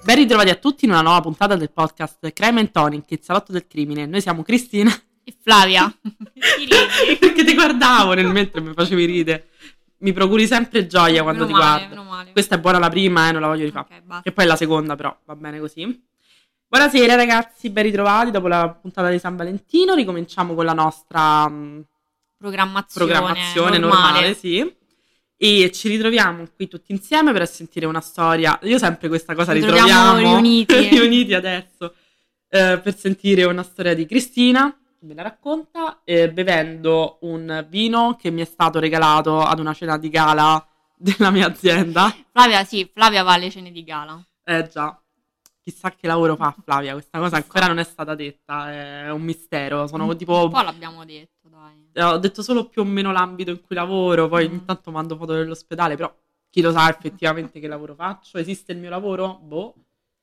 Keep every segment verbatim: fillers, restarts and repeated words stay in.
Ben ritrovati a tutti in una nuova puntata del podcast Crime and Tonic, il salotto del crimine. Noi siamo Cristina e Flavia. Ti ridi? Perché ti guardavo nel mentre mi facevi ridere. Mi procuri sempre gioia quando meno ti male, guardo. meno male. Questa è buona la prima, eh, non la voglio rifare. Ok, basta. Che poi è la seconda, però va bene così. Buonasera ragazzi, ben ritrovati dopo la puntata di San Valentino. Ricominciamo con la nostra mh, Programmazione, programmazione normale. normale, sì. E ci ritroviamo qui tutti insieme per sentire una storia. Io sempre questa cosa Ci ritroviamo ritroviamo riuniti. riuniti adesso eh, per sentire una storia di Cristina che me la racconta eh, bevendo un vino che mi è stato regalato ad una cena di gala della mia azienda. Flavia, sì, Flavia va alle cene di gala. Eh già, chissà che lavoro fa Flavia, questa cosa Chissà. ancora non è stata detta, è un mistero. Sono Un- tipo Un po' l'abbiamo detto, dai. Eh, ho detto solo più o meno l'ambito in cui lavoro, poi Mm. intanto mando foto dell'ospedale, però chi lo sa effettivamente che lavoro faccio? Esiste il mio lavoro? Boh.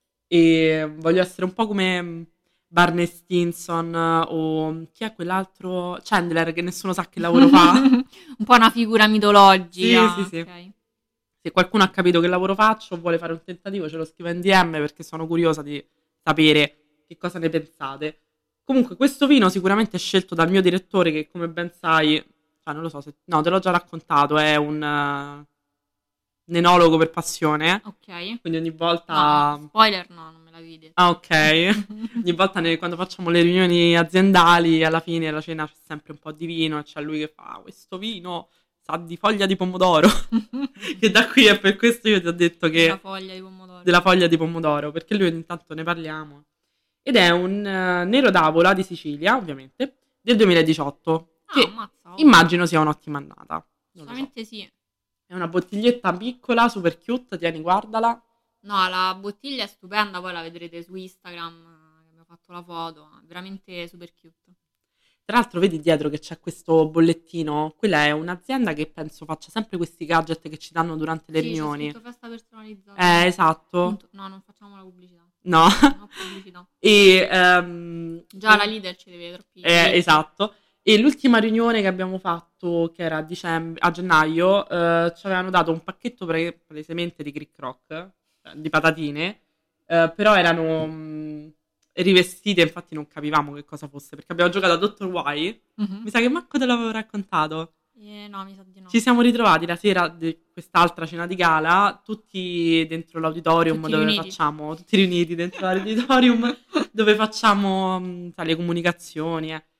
E voglio essere un po' come Barney Stinson eh, o chi è quell'altro? Chandler, che nessuno sa che lavoro fa. Un po' una figura mitologica. Sì, sì, sì. Ok. Se qualcuno ha capito che lavoro faccio o vuole fare un tentativo, ce lo scrivo in D M perché sono curiosa di sapere che cosa ne pensate. Comunque questo vino sicuramente è scelto dal mio direttore che come ben sai, cioè non lo so se... No, te l'ho già raccontato, è un, eh, un enologo per passione, Ok. quindi ogni volta... No, spoiler no, non me l'avevi detto. Ah, ok. Ogni volta ne- quando facciamo le riunioni aziendali, alla fine della cena c'è sempre un po' di vino e c'è lui che fa, "Ah, questo vino sa di foglia di pomodoro." Che da qui è per questo io ti ho detto che... La foglia di pomodoro. della foglia di pomodoro, perché lui ogni tanto ne parliamo. Ed è un eh, Nero d'Avola di Sicilia, ovviamente, del duemiladiciotto, Ah, che ammazza, oh. immagino sia un'ottima annata. Non lo so. Solamente sì. È una bottiglietta piccola, super cute, tieni, guardala. No, la bottiglia è stupenda, poi la vedrete su Instagram, eh, abbiamo fatto la foto, è veramente super cute. Tra l'altro vedi dietro che c'è questo bollettino, quella è un'azienda che penso faccia sempre questi gadget che ci danno durante le Sì, c'è riunioni. scritto festa personalizzata. Eh, esatto. Punto. No, non facciamo la pubblicità. No. No pubblicità. E ehm, Già la leader ci deve troppi. Eh, esatto. E l'ultima riunione che abbiamo fatto, che era a, dicembre, a gennaio, eh, ci avevano dato un pacchetto pre- palesemente di Crick Rock, eh, di patatine, eh, però erano mh, rivestite, infatti non capivamo che cosa fosse, perché abbiamo giocato a Doctor Why. Mhm. Mi sa che manco te l'avevo raccontato. Eh, no, mi sa di no. Ci siamo ritrovati la sera di quest'altra cena di gala, tutti dentro l'auditorium Tutti dove riuniti. facciamo, tutti riuniti dentro l'auditorium dove facciamo mh, sai, le comunicazioni. eh.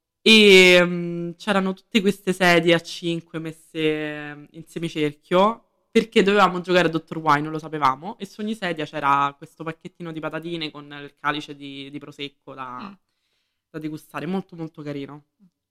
E mh, c'erano tutte queste sedie a cinque messe mh, in semicerchio perché dovevamo giocare a Doctor Why, non lo sapevamo. E su ogni sedia c'era questo pacchettino di patatine con il calice di, di prosecco da, Mm. da degustare, molto molto carino.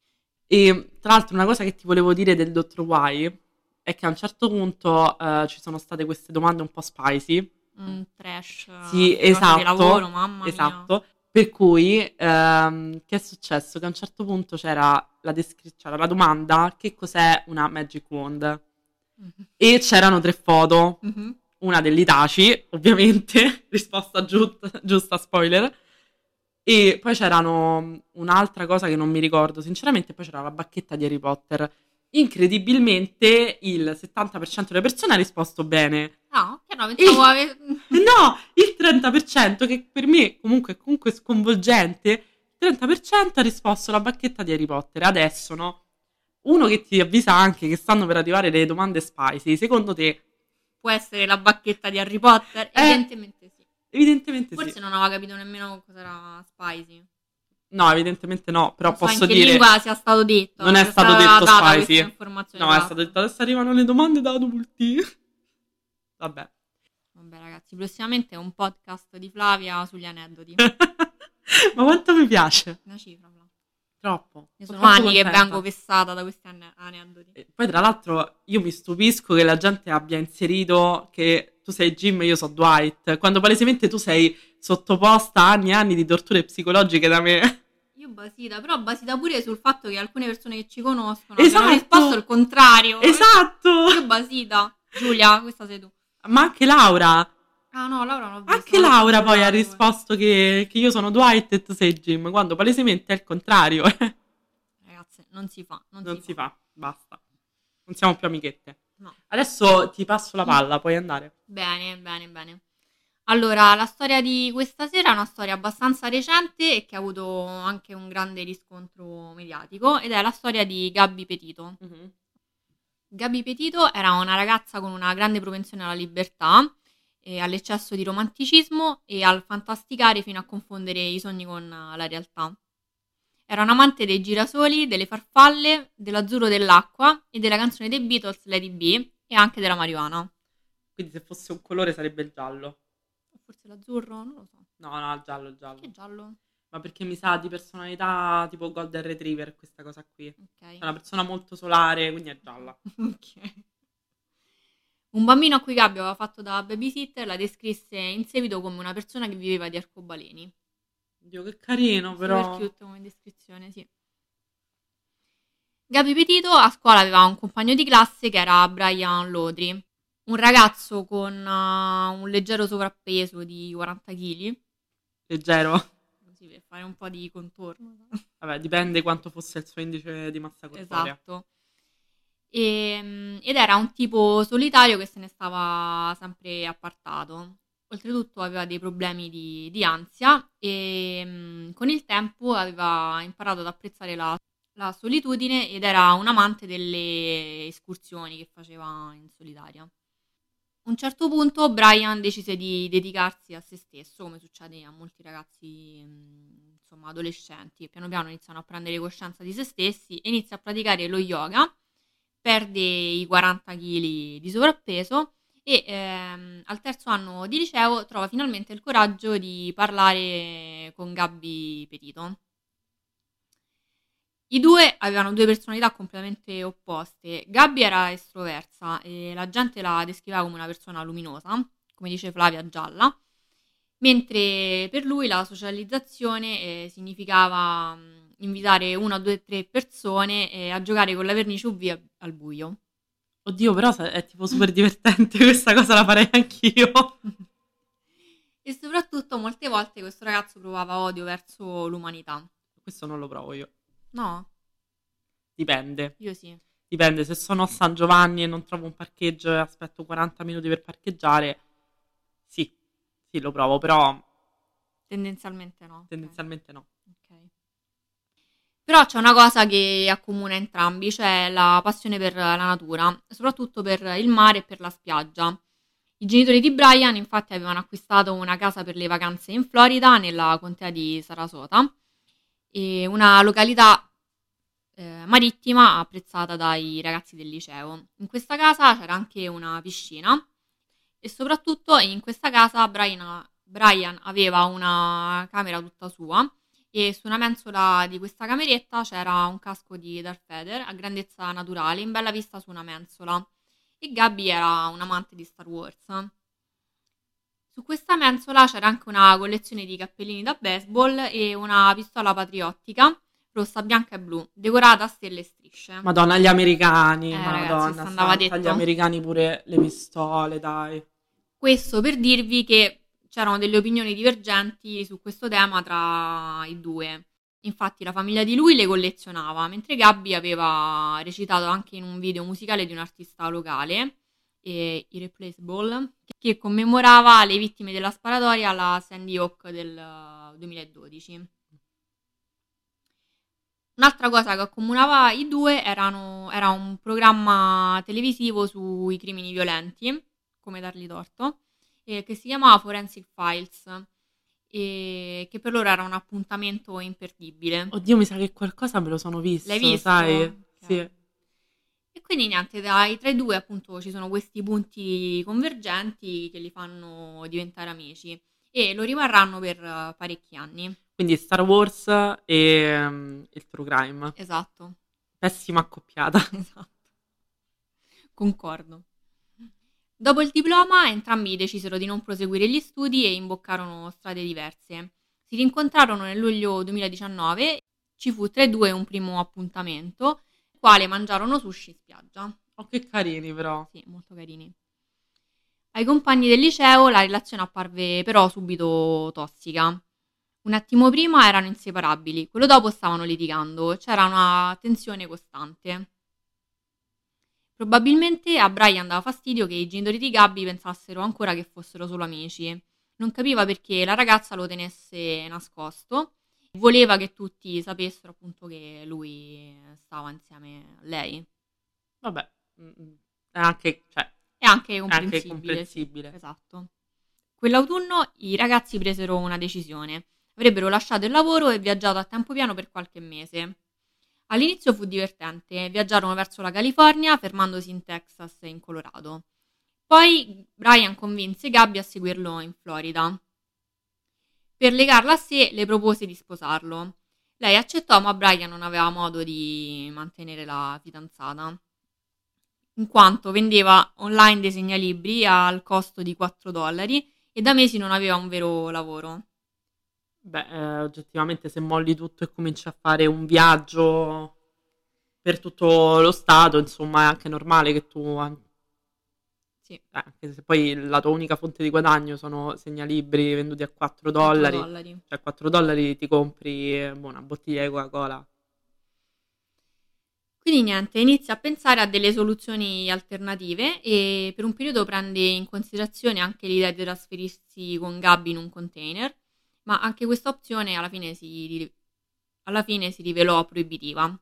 E tra l'altro una cosa che ti volevo dire del Doctor Why è che a un certo punto eh, ci sono state queste domande un po' spicy. Un trash. Sì, queste cose esatto, di lavoro, mamma mia. esatto. Per cui ehm, che è successo? Che a un certo punto c'era la, descri- c'era la domanda che cos'è una Magic Wand? Mhm. E c'erano tre foto, Mhm. una dell'Itaci, ovviamente, risposta giusta, giusta, spoiler. E poi c'erano un'altra cosa che non mi ricordo, sinceramente, poi c'era la bacchetta di Harry Potter. Incredibilmente il settanta per cento delle persone ha risposto bene. No, che no, pensavo E- ave- No, il trenta per cento, che per me comunque è comunque sconvolgente, il trenta per cento ha risposto alla bacchetta di Harry Potter. Adesso, no? Uno che ti avvisa anche che stanno per arrivare le domande spicy, secondo te? Può essere la bacchetta di Harry Potter? Eh. Evidentemente sì. Evidentemente Forse sì. non aveva capito nemmeno cos'era spicy. No, evidentemente no, però Non so posso in che dire... lingua sia stato detto. Non è sia stato stata detto data spicy. questa informazione No, è data. stato detto adesso arrivano le domande da adulti. Vabbè. Vabbè ragazzi, prossimamente è un podcast di Flavia sugli aneddoti. Ma quanto mi piace? Una cifra, Flavia. Troppo. Io Sono sono troppo anni che contenta. vengo vessata da questi ane- aneddoti. E poi tra l'altro io mi stupisco che la gente abbia inserito che tu sei Jim e io so Dwight, quando palesemente tu sei sottoposta a anni e anni di torture psicologiche da me. Io basita, però basita pure sul fatto che alcune persone che ci conoscono Esatto. hanno risposto il contrario. Esatto! Io basita. Giulia, questa sei tu. Ma anche Laura, Ah no, Laura non l'ho vista. anche non l'ho Laura poi ha controllato. risposto che, che io sono Dwight e tu sei Jim, quando palesemente è il contrario. Ragazze, non si fa. Non, Non si, si fa. fa, basta. Non siamo più amichette. No. Adesso ti passo la palla, puoi andare. Bene, bene, bene. Allora, la storia di questa sera è una storia abbastanza recente e che ha avuto anche un grande riscontro mediatico ed è la storia di Gabby Petito. Mhm. Gabby Petito era una ragazza con una grande propensione alla libertà, e all'eccesso di romanticismo e al fantasticare fino a confondere i sogni con la realtà. Era un amante dei girasoli, delle farfalle, dell'azzurro dell'acqua e della canzone dei Beatles Lady B e anche della marijuana. Quindi se fosse un colore sarebbe il giallo. Forse l'azzurro? Non lo so. No, no, il giallo, il giallo. Che giallo? Ma perché mi sa di personalità tipo Golden Retriever, questa cosa qui. È Ok. una persona molto solare, quindi è gialla. Ok. Un bambino a cui Gabby aveva fatto da babysitter la descrisse in seguito come una persona che viveva di arcobaleni. Dio, che carino, Super però. cute come descrizione, sì. Gabby Petito a scuola aveva un compagno di classe che era Brian Lodri, un ragazzo con uh, un leggero sovrappeso di quaranta chili, Leggero. così per fare un po' di contorno. Vabbè, dipende quanto fosse il suo indice di massa corporea. Esatto. E, ed era un tipo solitario che se ne stava sempre appartato. Oltretutto aveva dei problemi di, di ansia e mh, con il tempo aveva imparato ad apprezzare la, la solitudine ed era un amante delle escursioni che faceva in solitaria. A un certo punto Brian decise di dedicarsi a se stesso, come succede a molti ragazzi, mh, insomma, adolescenti. Piano piano iniziano a prendere coscienza di se stessi e inizia a praticare lo yoga, perde i quaranta chili di sovrappeso e ehm, al terzo anno di liceo trova finalmente il coraggio di parlare con Gabby Petito. I due avevano due personalità completamente opposte. Gabby era estroversa e la gente la descriveva come una persona luminosa, come dice Flavia, gialla, mentre per lui la socializzazione eh, significava mh, invitare una, due, tre persone eh, a giocare con la vernice U V a- al buio. Oddio, però sa- è tipo super divertente, questa cosa la farei anch'io. E soprattutto molte volte questo ragazzo provava odio verso l'umanità. Questo non lo provo io. No, Dipende. io sì. Dipende, se sono a San Giovanni e non trovo un parcheggio e aspetto quaranta minuti per parcheggiare, sì, sì, lo provo, però Tendenzialmente no. ok. tendenzialmente no. Ok. Però c'è una cosa che accomuna entrambi, cioè la passione per la natura, soprattutto per il mare e per la spiaggia. I genitori di Brian infatti avevano acquistato una casa per le vacanze in Florida, nella contea di Sarasota, e una località eh, marittima apprezzata dai ragazzi del liceo. In questa casa c'era anche una piscina e soprattutto in questa casa Brian, Brian aveva una camera tutta sua e su una mensola di questa cameretta c'era un casco di Darth Vader a grandezza naturale in bella vista su una mensola e Gabby era un amante di Star Wars. Su questa mensola c'era anche una collezione di cappellini da baseball e una pistola patriottica rossa, bianca e blu, decorata a stelle e strisce. Madonna, gli americani, Eh, ragazzi, madonna, questo andava santa, gli detto. americani pure le pistole, dai. Questo per dirvi che c'erano delle opinioni divergenti su questo tema tra i due. Infatti la famiglia di lui le collezionava, mentre Gabby aveva recitato anche in un video musicale di un artista locale, eh, Irreplaceable, che commemorava le vittime della sparatoria alla Sandy Hook del eh, duemiladodici. Un'altra cosa che accomunava i due erano, era un programma televisivo sui crimini violenti, come dargli torto, eh, che si chiamava Forensic Files, e che per loro era un appuntamento imperdibile. Oddio, mi sa che qualcosa me lo sono visto, L'hai visto? sai? Ok. Sì. E quindi niente, dai, tra i due appunto ci sono questi punti convergenti che li fanno diventare amici e lo rimarranno per eh, parecchi anni. Quindi Star Wars e um, il True Crime. Esatto. Pessima accoppiata. Esatto. Concordo. Dopo il diploma, entrambi decisero di non proseguire gli studi e imboccarono strade diverse. Si rincontrarono nel luglio duemiladiciannove, ci fu tra i due un primo appuntamento, nel quale mangiarono sushi in spiaggia. Oh, che carini, però. Sì, molto carini. Ai compagni del liceo la relazione apparve però subito tossica. Un attimo prima erano inseparabili, quello dopo stavano litigando, c'era una tensione costante. Probabilmente a Brian dava fastidio che i genitori di Gabby pensassero ancora che fossero solo amici Non capiva perché la ragazza lo tenesse nascosto. Voleva che tutti sapessero appunto che lui stava insieme a lei. Vabbè, mm, è anche, cioè, È anche è anche comprensibile, sì, comprensibile. esatto. Quell'autunno i ragazzi presero una decisione. Avrebbero lasciato il lavoro e viaggiato a tempo pieno per qualche mese. All'inizio fu divertente, viaggiarono verso la California, fermandosi in Texas e in Colorado. Poi Brian convinse Gabby a seguirlo in Florida. Per legarla a sé le propose di sposarlo. Lei accettò, ma Brian non aveva modo di mantenere la fidanzata, in quanto vendeva online dei segnalibri al costo di quattro dollari e da mesi non aveva un vero lavoro. Beh, eh, oggettivamente se molli tutto e cominci a fare un viaggio per tutto lo stato, insomma, è anche normale che tu, an- Sì, eh, anche se poi la tua unica fonte di guadagno sono segnalibri venduti a quattro quattro dollari, dollari. cioè a quattro dollari ti compri eh, boh, una bottiglia di Coca-Cola. Quindi niente, inizia a pensare a delle soluzioni alternative e per un periodo prende in considerazione anche l'idea di trasferirsi con Gabby in un container, ma anche questa opzione alla fine si, alla fine si rivelò proibitiva.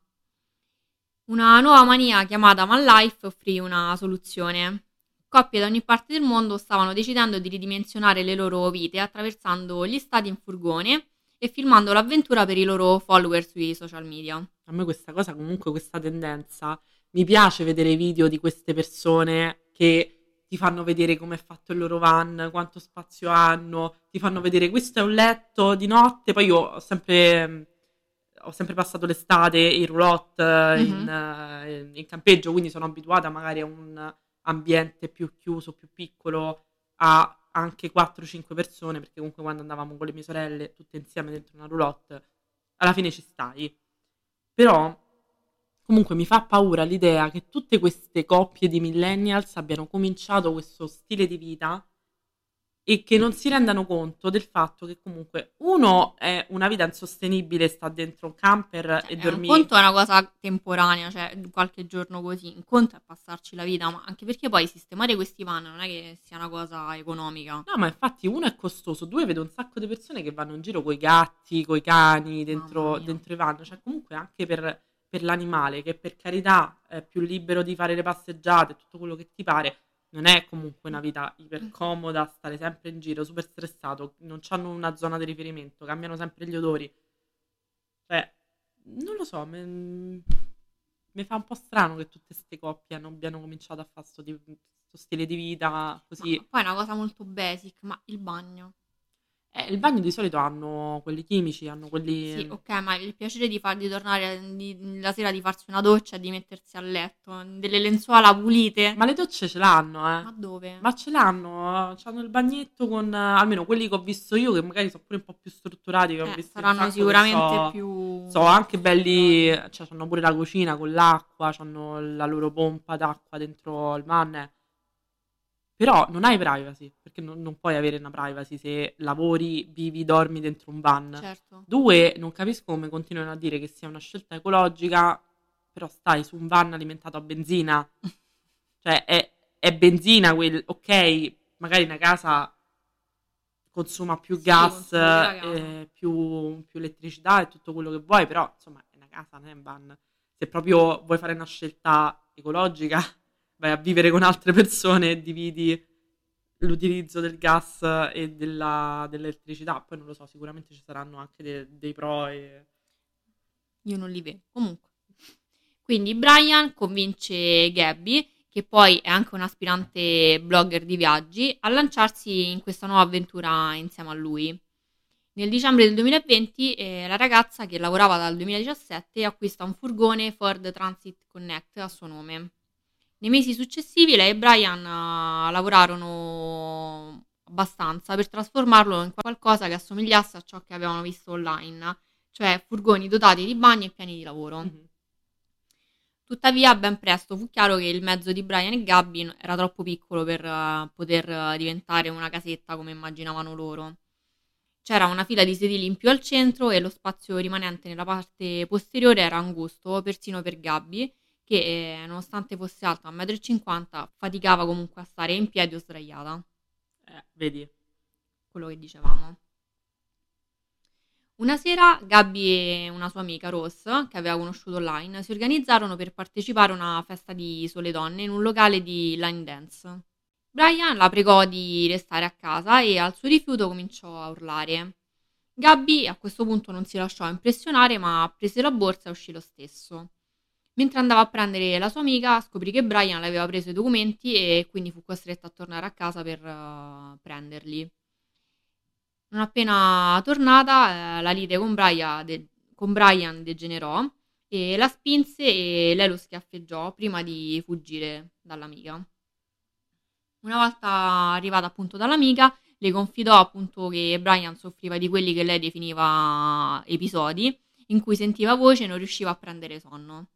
Una nuova mania chiamata Van Life offrì una soluzione. Coppie da ogni parte del mondo stavano decidendo di ridimensionare le loro vite attraversando gli stati in furgone e filmando l'avventura per i loro follower sui social media. A me questa cosa, comunque questa tendenza, mi piace vedere i video di queste persone che ti fanno vedere come è fatto il loro van, quanto spazio hanno, ti fanno vedere questo è un letto di notte, poi io ho sempre, ho sempre passato l'estate in roulotte, eh, in, Mhm. eh, in campeggio, quindi sono abituata magari a un ambiente più chiuso, più piccolo, a anche quattro cinque persone, perché comunque quando andavamo con le mie sorelle tutte insieme dentro una roulotte, alla fine ci stai. Però comunque mi fa paura l'idea che tutte queste coppie di millennials abbiano cominciato questo stile di vita e che non si rendano conto del fatto che comunque uno è una vita insostenibile, sta dentro un camper Cioè, e è un dormire. conto è una cosa temporanea, cioè qualche giorno così, un conto è passarci la vita, ma anche perché poi sistemare questi van non è che sia una cosa economica. No, ma infatti uno è costoso, due vedo un sacco di persone che vanno in giro coi gatti, coi cani, Mamma dentro, mia. dentro i van, cioè comunque anche per, per l'animale che per carità è più libero di fare le passeggiate, tutto quello che ti pare, non è comunque una vita iper comoda, stare sempre in giro, super stressato, non hanno una zona di riferimento, cambiano sempre gli odori, cioè non lo so, mi, mi fa un po' strano che tutte queste coppie non abbiano cominciato a fare sto, di- sto stile di vita Ma così. poi è una cosa molto basic, ma il bagno. Eh, il bagno di solito hanno quelli chimici, hanno Sì, quelli... ok, ma il piacere di fargli tornare di- la sera di farsi una doccia e di mettersi a letto, delle lenzuola pulite. Ma le docce ce l'hanno, eh. Ma dove? Ma ce l'hanno, hanno il bagnetto con... almeno quelli che ho visto io, che magari sono pure un po' più strutturati, che ho Eh, visto un saranno sacco che sicuramente so... più So anche belli... strutturati. Cioè, hanno pure la cucina con l'acqua, hanno la loro pompa d'acqua dentro il van. eh. Però non hai privacy, perché non, non puoi avere una privacy se lavori, vivi, dormi dentro un van. Certo. Due, non capisco come continuano a dire che sia una scelta ecologica, però stai su un van alimentato a benzina. Cioè, è, è benzina quel... Ok, magari una casa consuma più Sì, gas, consuma più la casa. eh, più, più elettricità e tutto quello che vuoi, però insomma è una casa, non è un van. Se proprio vuoi fare una scelta ecologica, vai a vivere con altre persone e dividi l'utilizzo del gas e della- dell'elettricità. Poi non lo so, sicuramente ci saranno anche de- dei pro e... Io non li vedo. Comunque. Quindi Brian convince Gabby, che poi è anche un aspirante blogger di viaggi, a lanciarsi in questa nuova avventura insieme a lui. Nel dicembre del duemilaventi eh, la ragazza, che lavorava dal duemiladiciassette, acquista un furgone Ford Transit Connect a suo nome. Nei mesi successivi lei e Brian eh, lavorarono abbastanza per trasformarlo in qualcosa che assomigliasse a ciò che avevano visto online, cioè furgoni dotati di bagni e piani di lavoro. Mhm. Tuttavia, ben presto fu chiaro che il mezzo di Brian e Gabby era troppo piccolo per eh, poter eh, diventare una casetta come immaginavano loro. C'era una fila di sedili in più al centro e lo spazio rimanente nella parte posteriore era angusto, persino per Gabby, che, eh, nonostante fosse alta uno e cinquanta m, faticava comunque a stare in piedi o sdraiata. Eh, vedi, quello che dicevamo. Una sera Gabby e una sua amica Rose, che aveva conosciuto online, si organizzarono per partecipare a una festa di sole donne in un locale di line dance. Brian la pregò di restare a casa e al suo rifiuto cominciò a urlare. Gabby a questo punto non si lasciò impressionare, ma prese la borsa e uscì lo stesso. Mentre andava a prendere la sua amica, scoprì che Brian le aveva preso i documenti e quindi fu costretta a tornare a casa per uh, prenderli. Non appena tornata, eh, la lite con Brian, de- con Brian degenerò e la spinse e lei lo schiaffeggiò prima di fuggire dall'amica. Una volta arrivata appunto dall'amica, le confidò appunto che Brian soffriva di quelli che lei definiva episodi in cui sentiva voce e non riusciva a prendere sonno.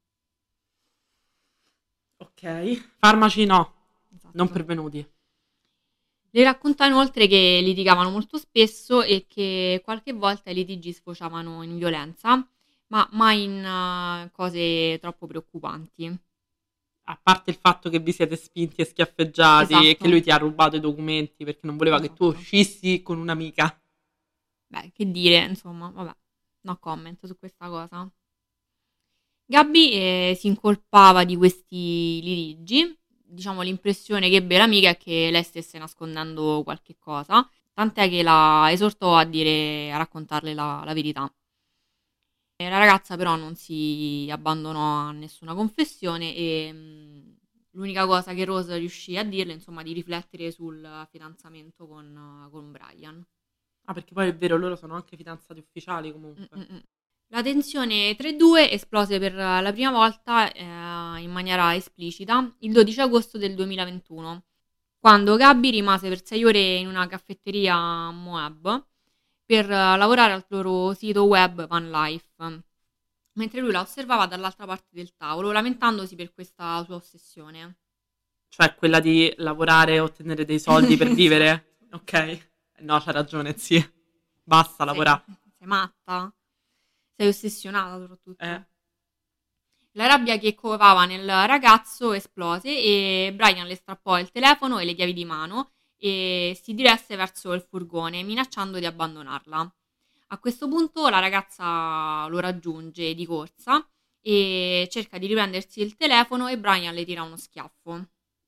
Ok, farmaci no, Esatto. non pervenuti. Le raccontò inoltre che litigavano molto spesso e che qualche volta i litigi sfociavano in violenza, ma mai in uh, cose troppo preoccupanti. A parte il fatto che vi siete spinti e schiaffeggiati Esatto. e che lui ti ha rubato i documenti perché non voleva Esatto. che tu uscissi con un'amica. Beh, che dire, insomma, vabbè, no comment su questa cosa. Gabby eh, si incolpava di questi litigi. Diciamo l'impressione che ebbe l'amica è che lei stesse nascondendo qualche cosa, tant'è che la esortò a dire, a raccontarle la, la verità. E la ragazza però non si abbandonò a nessuna confessione e mh, l'unica cosa che Rose riuscì a dirle, insomma, di riflettere sul fidanzamento con, con Brian. Ah, perché poi è vero, loro sono anche fidanzati ufficiali comunque. Mm-mm. La tensione tra i due esplose per la prima volta eh, in maniera esplicita il dodici agosto del duemilaventuno, quando Gabby rimase per sei ore in una caffetteria a Moab per uh, lavorare al loro sito web Van Life, mentre lui la osservava dall'altra parte del tavolo, lamentandosi per questa sua ossessione. Cioè quella di lavorare e ottenere dei soldi per vivere? Ok. No, c'ha ragione, sì. Basta lavorare. Sei, sei matta? Sei ossessionata soprattutto. Eh. La rabbia che covava nel ragazzo esplose e Brian le strappò il telefono e le chiavi di mano e si diresse verso il furgone minacciando di abbandonarla. A questo punto la ragazza lo raggiunge di corsa e cerca di riprendersi il telefono e Brian le tira uno schiaffo.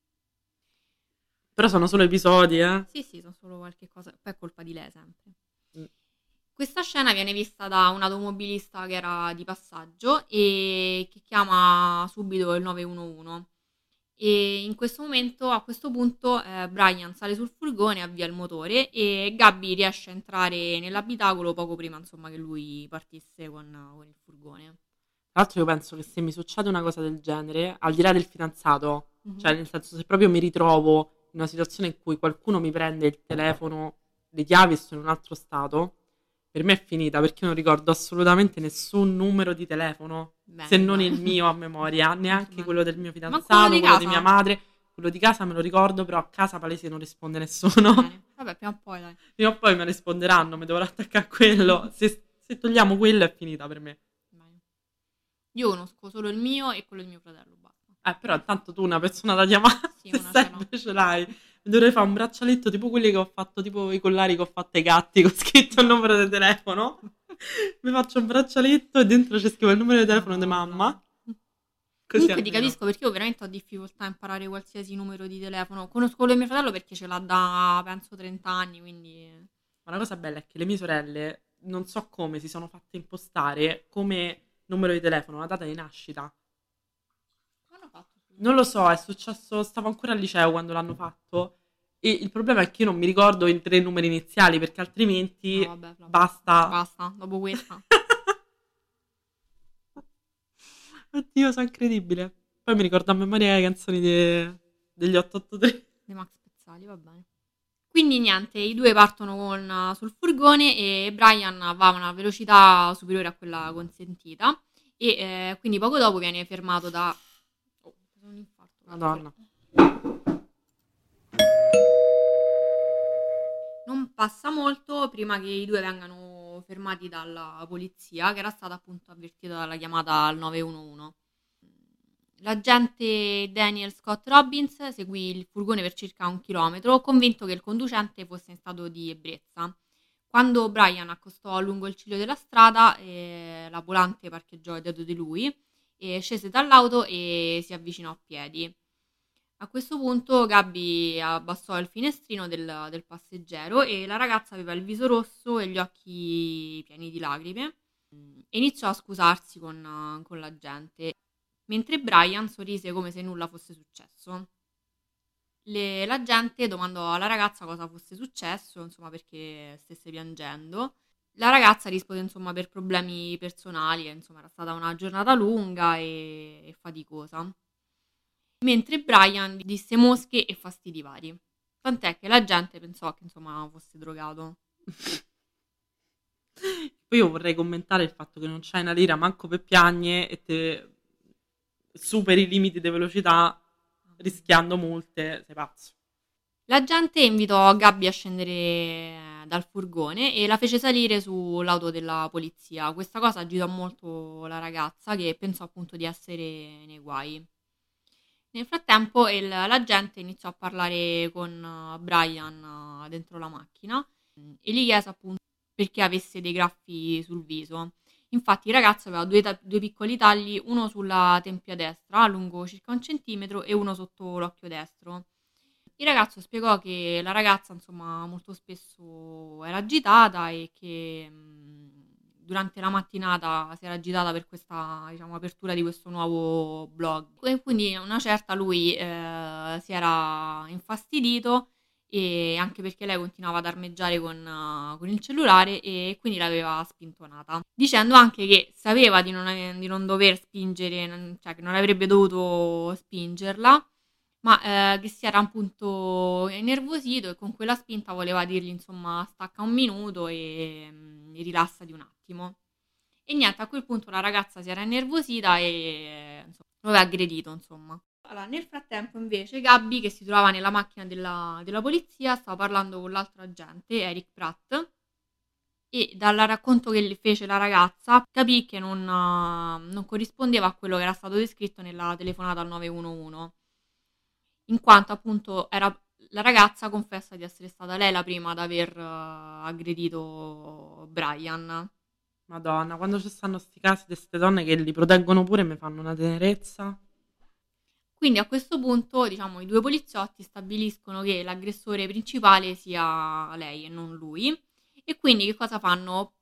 Però sono solo episodi, eh? Sì, sì, sono solo qualche cosa, poi è colpa di lei sempre. Mm. Questa scena viene vista da un automobilista che era di passaggio e che chiama subito il nove uno uno. E in questo momento, a questo punto, eh, Brian sale sul furgone, avvia il motore e Gabby riesce a entrare nell'abitacolo poco prima, insomma, che lui partisse con, con il furgone. Tra l'altro io penso che se mi succede una cosa del genere, al di là del fidanzato, Mhm. cioè nel senso se proprio mi ritrovo in una situazione in cui qualcuno mi prende il telefono, le chiavi e sono in un altro stato, per me è finita perché io non ricordo assolutamente nessun numero di telefono, Bene, se non bene. il mio a memoria, neanche Bene. quello del mio Ma fidanzato, quello di quello di casa? mia madre, quello di casa me lo ricordo, però a casa palese non risponde nessuno. Bene. Vabbè, prima o poi, dai. Prima o poi mi risponderanno, mi dovrò attaccare a quello. Se, se togliamo quello è finita per me. Bene. Io conosco solo il mio e quello di mio fratello, basta. Eh, però intanto tu una persona da chiamare, Sì, se una ce serve l'ho. ce l'hai. Dovrei fare un braccialetto tipo quelli che ho fatto, tipo i collari che ho fatto ai gatti, con scritto il numero di telefono. Mi faccio un braccialetto e dentro c'è scritto il numero di telefono di mamma. Così Comunque ti almeno. capisco perché io veramente ho difficoltà a imparare qualsiasi numero di telefono. Conosco quello di mio fratello perché ce l'ha da, penso, trenta anni, quindi... Ma la cosa bella è che le mie sorelle, non so come, si sono fatte impostare come numero di telefono la data di nascita. Come hanno fatto? Non lo so, è successo, stavo ancora al liceo quando l'hanno fatto e il problema è che io non mi ricordo i tre numeri iniziali perché altrimenti No, vabbè, vabbè. basta. Basta, dopo questa. Oddio, sono incredibile. Poi mi ricordo a memoria le canzoni de- degli otto otto tre. Dei Max Pezzali, va bene. Quindi niente, i due partono con, sul furgone e Brian va a una velocità superiore a quella consentita e eh, quindi poco dopo viene fermato da... Oh, un infarto. Madonna. Non passa molto prima che i due vengano fermati dalla polizia, che era stata appunto avvertita dalla chiamata al nove uno uno. L'agente Daniel Scott Robbins seguì il furgone per circa un chilometro, convinto che il conducente fosse in stato di ebbrezza. Quando Brian accostò lungo il ciglio della strada, eh, la volante parcheggiò dietro di lui, e scese dall'auto e si avvicinò a piedi. A questo punto Gabby abbassò il finestrino del, del passeggero e la ragazza aveva il viso rosso e gli occhi pieni di lacrime e iniziò a scusarsi con, con la gente, mentre Brian sorrise come se nulla fosse successo. Le, la gente domandò alla ragazza cosa fosse successo, insomma, perché stesse piangendo. La ragazza rispose, insomma, per problemi personali, insomma, era stata una giornata lunga e, e faticosa. Mentre Brian disse mosche e fastidi vari. Tant'è che la gente pensò che, insomma, fosse drogato. Poi io vorrei commentare il fatto che non c'hai una lira manco per piagne e te superi i limiti di velocità rischiando multe, sei pazzo. La gente invitò Gabby a scendere dal furgone e la fece salire sull'auto della polizia. Questa cosa agitò molto la ragazza, che pensò appunto di essere nei guai. Nel frattempo il, la gente iniziò a parlare con Brian dentro la macchina e gli chiese appunto perché avesse dei graffi sul viso. Infatti il ragazzo aveva due, ta- due piccoli tagli, uno sulla tempia destra, lungo circa un centimetro, e uno sotto l'occhio destro. Il ragazzo spiegò che la ragazza, insomma, molto spesso era agitata e che mh, durante la mattinata si era agitata per questa, diciamo, apertura di questo nuovo blog. E quindi una certa lui eh, si era infastidito, e anche perché lei continuava ad armeggiare con, uh, con il cellulare, e quindi l'aveva spintonata, dicendo anche che sapeva di non, ave- di non dover spingere, non- cioè che non avrebbe dovuto spingerla, ma eh, che si era appunto innervosito e con quella spinta voleva dirgli, insomma, stacca un minuto e, mm, e rilassati un attimo. E niente, a quel punto la ragazza si era innervosita e insomma, lo aveva aggredito, insomma. Allora, nel frattempo invece Gabby, che si trovava nella macchina della, della polizia, stava parlando con l'altro agente, Eric Pratt, e dal racconto che le fece la ragazza capì che non, uh, non corrispondeva a quello che era stato descritto nella telefonata al nove uno uno, in quanto appunto era, la ragazza confessa di essere stata lei la prima ad aver uh, aggredito Brian. Madonna, quando ci stanno sti casi di queste donne che li proteggono pure mi fanno una tenerezza. Quindi a questo punto, diciamo, i due poliziotti stabiliscono che l'aggressore principale sia lei e non lui. E quindi che cosa fanno?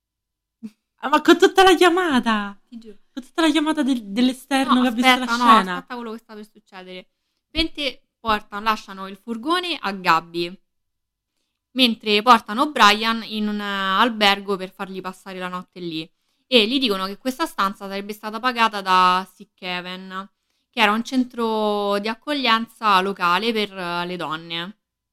Ah, ma con tutta la chiamata! Ti giuro. Con tutta la chiamata del- dell'esterno No, che ha visto la aspetta, no, scena. aspetta quello che sta per succedere. Mentre portano, lasciano il furgone a Gabby, mentre portano Brian in un uh, albergo per fargli passare la notte lì. E gli dicono che questa stanza sarebbe stata pagata da Sick Haven, che era un centro di accoglienza locale per uh, le donne.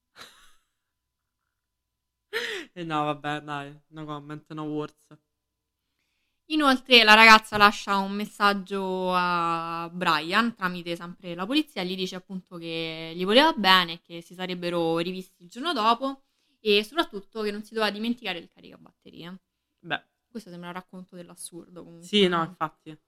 E no, vabbè, dai, no comment, no words. Inoltre la ragazza lascia un messaggio a Brian tramite sempre la polizia, gli dice appunto che gli voleva bene, che si sarebbero rivisti il giorno dopo e soprattutto che non si doveva dimenticare il caricabatterie. Beh, Questo sembra un racconto dell'assurdo comunque. sì, no, infatti.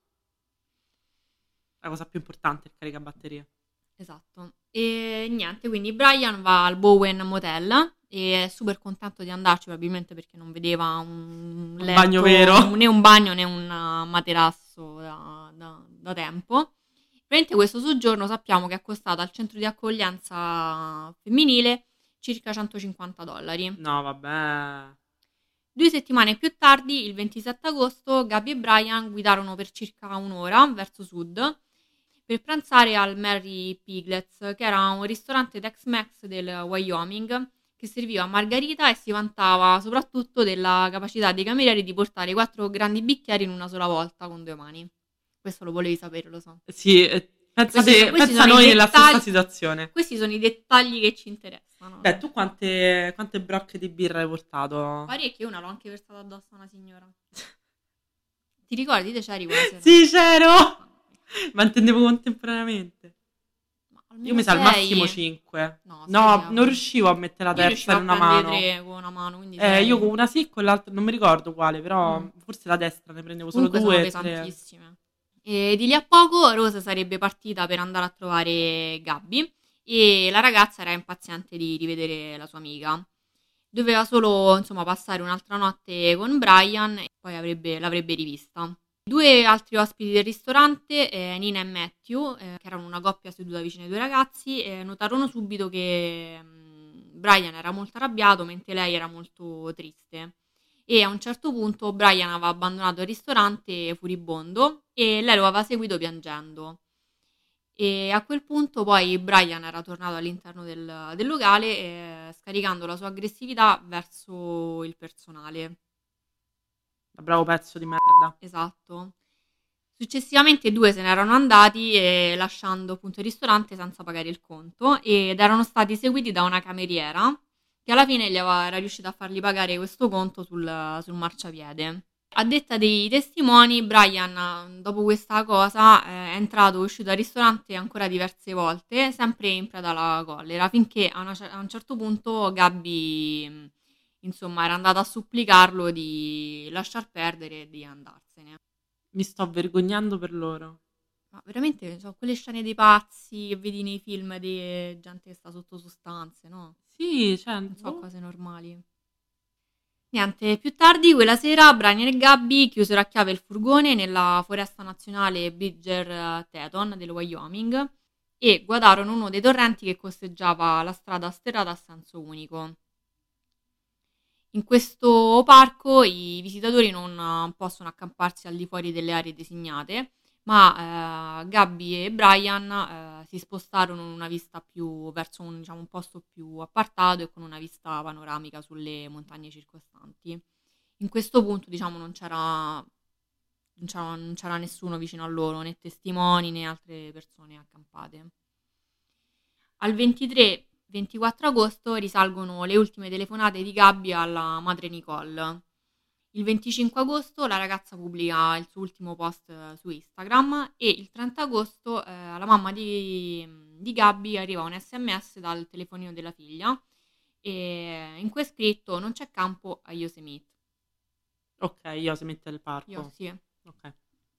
La cosa più importante è il caricabatterie. Esatto. E niente, quindi Brian va al Bowen Motel e è super contento di andarci, probabilmente perché non vedeva un Un letto, bagno vero. né un bagno né un uh, materasso da, da- da tempo. Praticamente questo soggiorno sappiamo che è costato al centro di accoglienza femminile circa centocinquanta dollari. No, vabbè. Due settimane più tardi, il ventisette agosto, Gabby e Brian guidarono per circa un'ora verso sud per pranzare al Mary Piglets, che era un ristorante Tex-Mex del Wyoming che serviva margarita e si vantava soprattutto della capacità dei camerieri di portare quattro grandi bicchieri in una sola volta con due mani. Questo lo volevi sapere, lo so. Sì, eh, pensa, Questi te- sono- questi pensa sono noi i nella dettagli- stessa situazione. Questi sono i dettagli che ci interessano. Beh, tu quante, quante brocche di birra hai portato? Parecchie, una l'ho anche versata addosso a una signora. Ti ricordi? Te c'eri quella sera? Sì, c'ero! Ma intendevo contemporaneamente. Ma almeno Io mi sa al sei. massimo cinque. No, No, sei, non riuscivo a mettere la Io terza riuscivo in a una prendere mano. tre con una mano, quindi Eh, sei. io con una sì, con l'altra non mi ricordo quale, però Mm. forse la destra ne prendevo solo Comunque due, sono tre. pesantissime. E di lì a poco Rose sarebbe partita per andare a trovare Gabby e la ragazza era impaziente di rivedere la sua amica. Doveva solo, insomma, passare un'altra notte con Brian e poi avrebbe- l'avrebbe rivista. Due altri ospiti del ristorante, eh, Nina e Matthew, eh, che erano una coppia seduta vicino ai due ragazzi, eh, notarono subito che mm, Brian era molto arrabbiato mentre lei era molto triste. E a un certo punto Brian aveva abbandonato il ristorante furibondo e lei lo aveva seguito piangendo. E a quel punto poi Brian era tornato all'interno del, del locale, eh, scaricando la sua aggressività verso il personale. Bravo pezzo di merda. Esatto. Successivamente i due se ne erano andati, eh, lasciando appunto il ristorante senza pagare il conto ed erano stati seguiti da una cameriera che alla fine gli aveva, era riuscita a fargli pagare questo conto sul, sul marciapiede. A detta dei testimoni, Brian, dopo questa cosa, eh, è entrato e uscito dal ristorante ancora diverse volte, sempre in preda alla collera, finché a, una cer- a un certo punto Gabby, mh, insomma, era andata a supplicarlo di lasciar perdere e di andarsene. Mi sto vergognando per loro. Ma veramente, so, quelle scene dei pazzi che vedi nei film di gente che sta sotto sostanze, no? Sì, cioè... Non so, boh. cose normali. Niente, più tardi quella sera Brian e Gabby chiusero a chiave il furgone nella foresta nazionale Bridger-Teton del Wyoming e guardarono uno dei torrenti che costeggiava la strada sterrata a senso unico. In questo parco i visitatori non possono accamparsi al di fuori delle aree designate, ma eh, Gabby e Brian eh, si spostarono in una vista più verso un, diciamo, un posto più appartato e con una vista panoramica sulle montagne circostanti. In questo punto, diciamo, non c'era, non c'era, non c'era nessuno vicino a loro, né testimoni né altre persone accampate. Al ventitré ventiquattro agosto risalgono le ultime telefonate di Gabby alla madre Nicole. Il venticinque agosto la ragazza pubblica il suo ultimo post eh, su Instagram e il trenta agosto eh, alla mamma di, di Gabby arriva un sms dal telefonino della figlia e in cui è scritto non c'è campo a Yosemite. Ok, io si mette al parco. Io sì. Ok.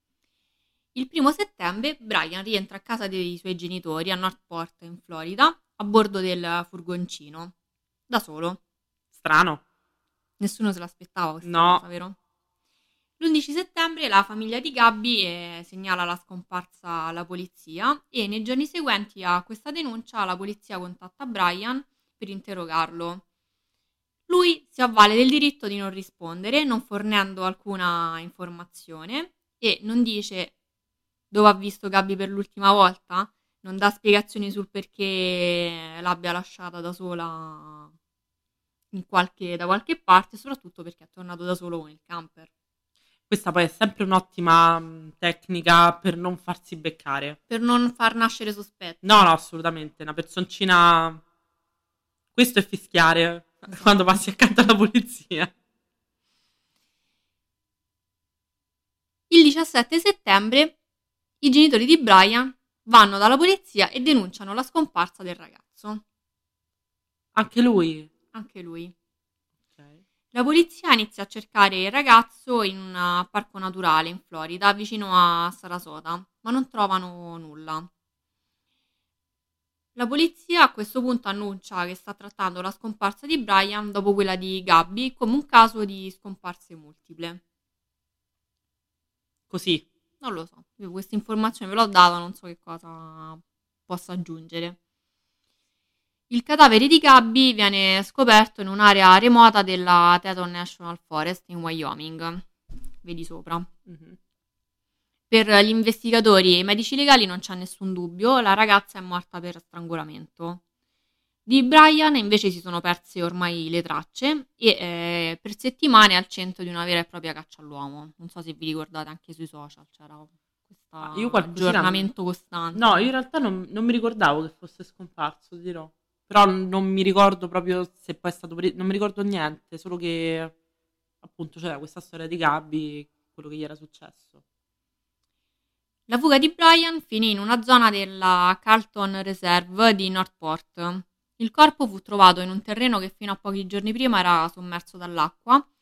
Il primo settembre Brian rientra a casa dei suoi genitori a Northport in Florida a bordo del furgoncino, da solo. Strano. Nessuno se l'aspettava questa No. cosa, vero? L'undici settembre la famiglia di Gabby eh, segnala la scomparsa alla polizia e nei giorni seguenti a questa denuncia la polizia contatta Brian per interrogarlo. Lui si avvale del diritto di non rispondere, non fornendo alcuna informazione e non dice dove ha visto Gabby per l'ultima volta, non dà spiegazioni sul perché l'abbia lasciata da sola in qualche, da qualche parte, soprattutto perché è tornato da solo con il camper. Questa poi è sempre un'ottima mh, tecnica per non farsi beccare. Per non far nascere sospetti. No, no, assolutamente. Una personcina... Questo è fischiare Esatto. quando passi accanto alla polizia. Il diciassette settembre i genitori di Brian vanno dalla polizia e denunciano la scomparsa del ragazzo. Anche lui. Anche lui. Ok. La polizia inizia a cercare il ragazzo in un parco naturale in Florida, vicino a Sarasota, ma non trovano nulla. La polizia a questo punto annuncia che sta trattando la scomparsa di Brian dopo quella di Gabby come un caso di scomparse multiple. Così. Non lo so, io questa informazione ve l'ho data, non so che cosa possa aggiungere. Il cadavere di Gabby viene scoperto in un'area remota della Teton National Forest in Wyoming. Vedi sopra. Mhm. Per gli investigatori e i medici legali non c'è nessun dubbio, la ragazza è morta per strangolamento. Di Brian invece si sono perse ormai le tracce e eh, per settimane è al centro di una vera e propria caccia all'uomo. Non so se vi ricordate, anche sui social c'era questo Ah, io qualcosina- aggiornamento costante. No, io in realtà non, non mi ricordavo che fosse scomparso, ti dirò. Però non mi ricordo proprio se poi è stato... pre- Non mi ricordo niente, solo che appunto c'era questa storia di Gabby, quello che gli era successo. La fuga di Brian finì in una zona della Carlton Reserve di Northport. Il corpo fu trovato in un terreno che fino a pochi giorni prima era sommerso dall'acqua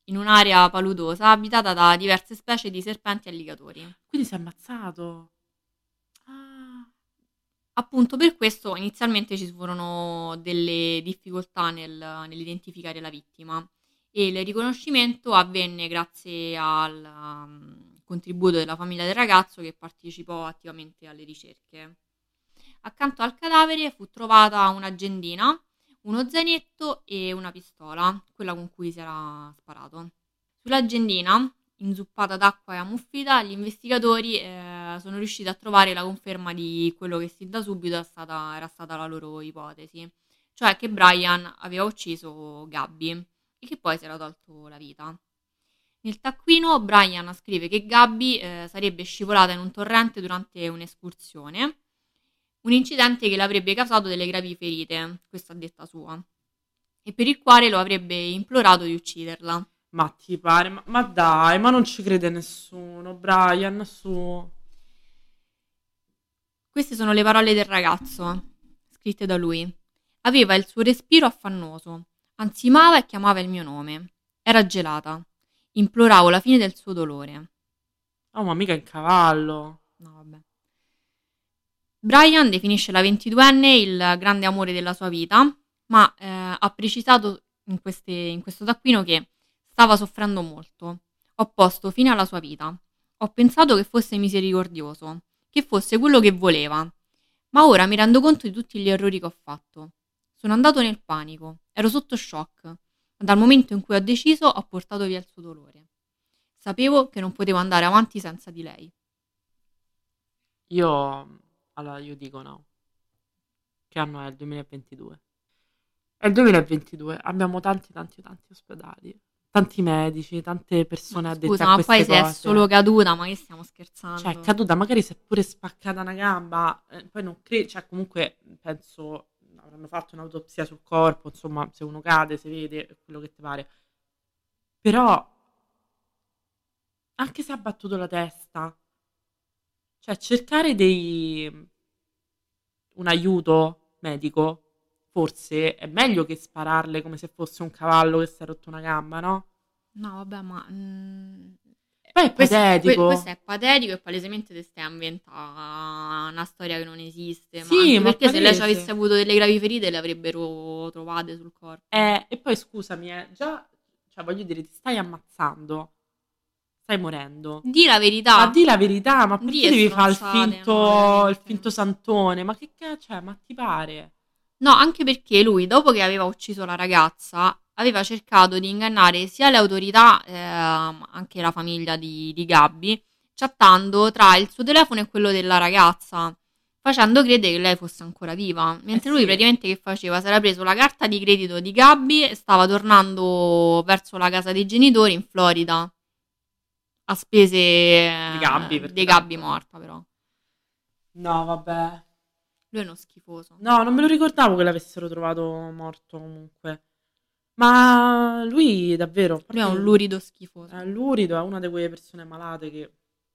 in un'area paludosa abitata da diverse specie di serpenti e alligatori. Quindi si è ammazzato. Ah. Appunto per questo inizialmente ci furono delle difficoltà nel, nell'identificare la vittima e il riconoscimento avvenne grazie al um, contributo della famiglia del ragazzo che partecipò attivamente alle ricerche. Accanto al cadavere fu trovata un'agendina, uno zainetto e una pistola, quella con cui si era sparato. Sull'agendina, inzuppata d'acqua e ammuffita, gli investigatori eh, sono riusciti a trovare la conferma di quello che sin da subito era stata, era stata la loro ipotesi, cioè che Brian aveva ucciso Gabby e che poi si era tolto la vita. Nel taccuino Brian scrive che Gabby eh, sarebbe scivolata in un torrente durante un'escursione, un incidente che le avrebbe causato delle gravi ferite, questa a detta sua, e per il quale lo avrebbe implorato di ucciderla. Ma ti pare? Ma, ma dai, ma non ci crede nessuno, Brian, su. Queste sono le parole del ragazzo, scritte da lui. Aveva il suo respiro affannoso, ansimava e chiamava il mio nome. Era gelata. Imploravo la fine del suo dolore. Oh, ma mica in cavallo. No, vabbè. Brian definisce la ventiduenne il grande amore della sua vita, ma eh, ha precisato in, queste, in questo taccuino che stava soffrendo molto. Ho posto fine alla sua vita. Ho pensato che fosse misericordioso, che fosse quello che voleva. Ma ora mi rendo conto di tutti gli errori che ho fatto. Sono andato nel panico, ero sotto shock. Dal momento in cui ho deciso, ho portato via il suo dolore. Sapevo che non potevo andare avanti senza di lei. Io, allora io dico no. Che anno è? Il duemilaventidue. È il duemilaventidue, abbiamo tanti tanti tanti ospedali, tanti medici, tante persone Ma addette scusa, a ma queste poi se è cose. solo caduta, ma che stiamo scherzando? Cioè, è caduta, magari si è pure spaccata una gamba, eh, poi non credo, cioè comunque penso avranno fatto un'autopsia sul corpo, insomma, se uno cade, si vede, è quello che ti pare. Però, anche se ha battuto la testa, cioè cercare dei un aiuto medico, forse è meglio che spararle come se fosse un cavallo che si è rotto una gamba, no? No, vabbè, ma... mm, Poi è questo, que- patetico. questo è patetico e palesemente ti stai inventando una storia che non esiste. Ma Sì, anche ma perché se lei ci palese. avesse avuto delle gravi ferite le avrebbero trovate sul corpo. Eh, e poi scusami, eh, già, cioè voglio dire, ti stai ammazzando, stai morendo. Di la Ma verità. di la verità, ma Di perché e devi fare il stronzate, no, finto, il veramente. finto santone? Ma che cazzo, cioè, ma ti pare? No, anche perché lui, dopo che aveva ucciso la ragazza, aveva cercato di ingannare sia le autorità, ehm, anche la famiglia di, di Gabby, chattando tra il suo telefono e quello della ragazza, facendo credere che lei fosse ancora viva. Mentre Eh lui sì. praticamente che faceva? Si era preso la carta di credito di Gabby e stava tornando verso la casa dei genitori in Florida, a spese Di Gabby, eh, perché di Gabby tanto- morta però. No, vabbè. Lui è uno schifoso. No, non me lo ricordavo che l'avessero trovato morto comunque. Ma lui davvero, a Lui è parte un lurido schifoso. è lurido, è una di quelle persone malate che,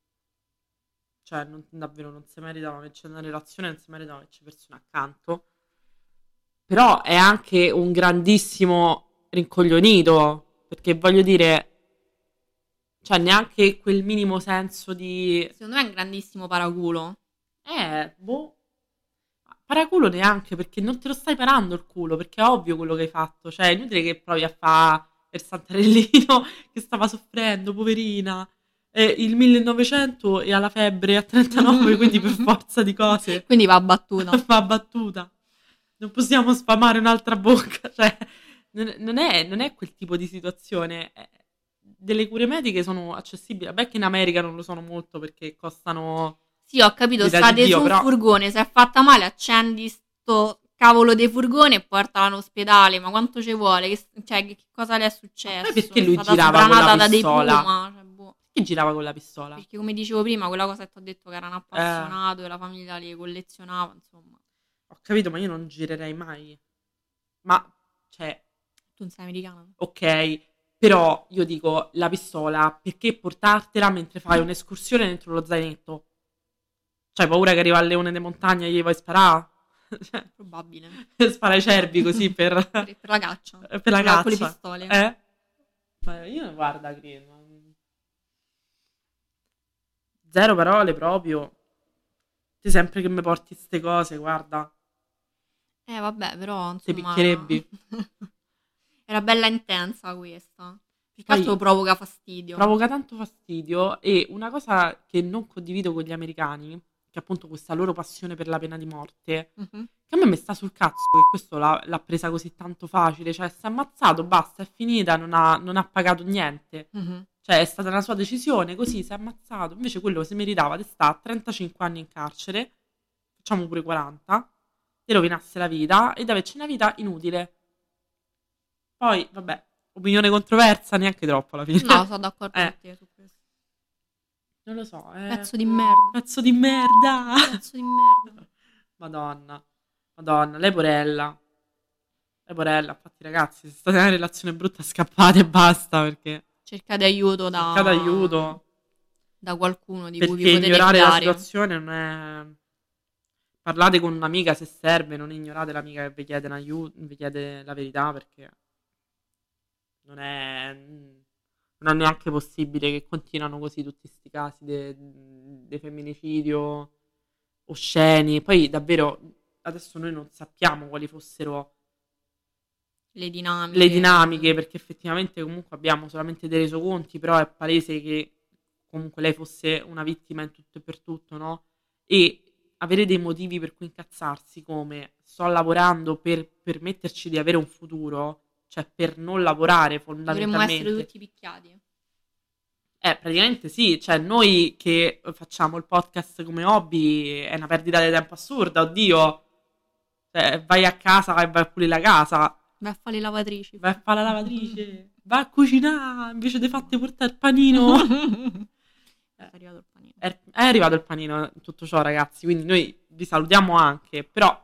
cioè, non- davvero non si meritava che c'è una relazione, non si meritava che c'è persone accanto. Però è anche un grandissimo rincoglionito, perché voglio dire, cioè, neanche quel minimo senso di... Secondo me è un grandissimo paraculo. Eh, boh. Paraculo neanche, perché non te lo stai parando il culo, perché è ovvio quello che hai fatto. Cioè, è inutile che provi a fare il santarellino che stava soffrendo, poverina. È il millenovecento e ha la febbre a trentanove, quindi per forza di cose Quindi va battuta. va battuta. Non possiamo sfamare un'altra bocca. Cioè, non, non è, non è quel tipo di situazione. Eh, Delle cure mediche sono accessibili. Vabbè che in America non lo sono molto perché costano... Sì, ho capito, L'idea di state Dio, su un però- furgone, se è fatta male accendi sto cavolo dei furgone e portala in ospedale, ma quanto ci vuole? Che, cioè, che cosa le è successo? Ma poi perché lui è stata girava con la sbranata da dei pistola? puma, cioè, boh. Che girava con la pistola? Perché come dicevo prima, quella cosa che ti ho detto che era un appassionato e la famiglia li collezionava, insomma. Ho capito, ma io non girerei mai. Ma, cioè, Tu non sei americana? ok, però io dico la pistola, perché portartela mentre fai un'escursione dentro lo zainetto? C'hai paura che arriva al leone di montagna e gli vai a sparare? Cioè, Probabile. spara ai cervi così per, Per, per la caccia. per la Con caccia. Con le pistole. Eh? Ma io, guarda, credo. Zero parole proprio. Ti sempre che mi porti ste cose, guarda. Eh, vabbè, però, Te insomma... picchierebbi. Era bella intensa questa. Più che Poi altro provoca fastidio. provoca tanto fastidio e una cosa che non condivido con gli americani, che è appunto questa loro passione per la pena di morte, Mhm. che a me mi sta sul cazzo che questo l'ha, l'ha presa così tanto facile, cioè si è ammazzato, basta, è finita, non ha, non ha pagato niente. Mhm. Cioè è stata una sua decisione, così si è ammazzato. Invece quello si meritava di stare trentacinque anni in carcere, facciamo pure quaranta, di rovinasse la vita e di averci una vita inutile. Poi, vabbè, opinione controversa, neanche troppo alla fine. No, sono d'accordo Eh. con te su questo. Non lo so, è... Pezzo di merda. Pezzo di merda! Pezzo di merda. Madonna, Madonna, lei porella. Lei porella, infatti ragazzi, se state in una relazione brutta scappate e basta, perché Cercate aiuto da... cercate aiuto, da qualcuno di cui vi perché potete ignorare la fidare. situazione non è... Parlate con un'amica se serve, non ignorate l'amica che vi chiede un aiuto, vi chiede la verità, perché non è... non è neanche possibile che continuano così tutti sti casi di femminicidio osceni. Poi davvero adesso noi non sappiamo quali fossero Le dinamiche. le dinamiche, perché effettivamente comunque abbiamo solamente dei resoconti, però è palese che comunque lei fosse una vittima in tutto e per tutto, no? E avere dei motivi per cui incazzarsi, come sto lavorando per permetterci di avere un futuro, cioè per non lavorare Dovremmo fondamentalmente. essere tutti picchiati. Eh, praticamente sì, cioè noi che facciamo il podcast come hobby è una perdita di tempo assurda, oddio. Cioè, vai a casa e vai a pulire la casa, Vai a fare le lavatrici. vai a fare la lavatrice, vai a cucinare, invece di fatti portare il panino. È arrivato il panino. È, è arrivato il panino, tutto ciò ragazzi, quindi noi vi salutiamo anche, però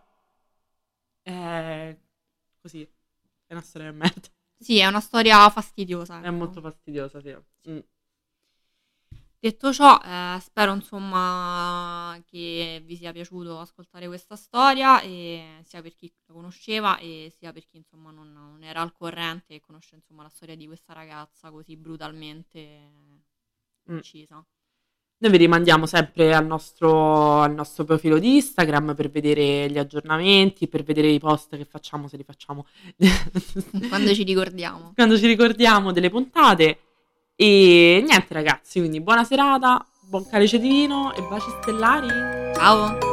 è così, è una storia di merda. Sì, è una storia fastidiosa. È ecco. molto fastidiosa, sì. Mm. Detto ciò, eh, spero insomma che vi sia piaciuto ascoltare questa storia, e sia per chi la conosceva e sia per chi insomma non, non era al corrente e conosce insomma la storia di questa ragazza così brutalmente Mm. uccisa. Noi vi rimandiamo sempre al nostro, al nostro profilo di Instagram per vedere gli aggiornamenti, per vedere i post che facciamo, se li facciamo Quando ci ricordiamo. quando ci ricordiamo delle puntate. E niente ragazzi, quindi buona serata, buon calice di vino e baci stellari. Ciao!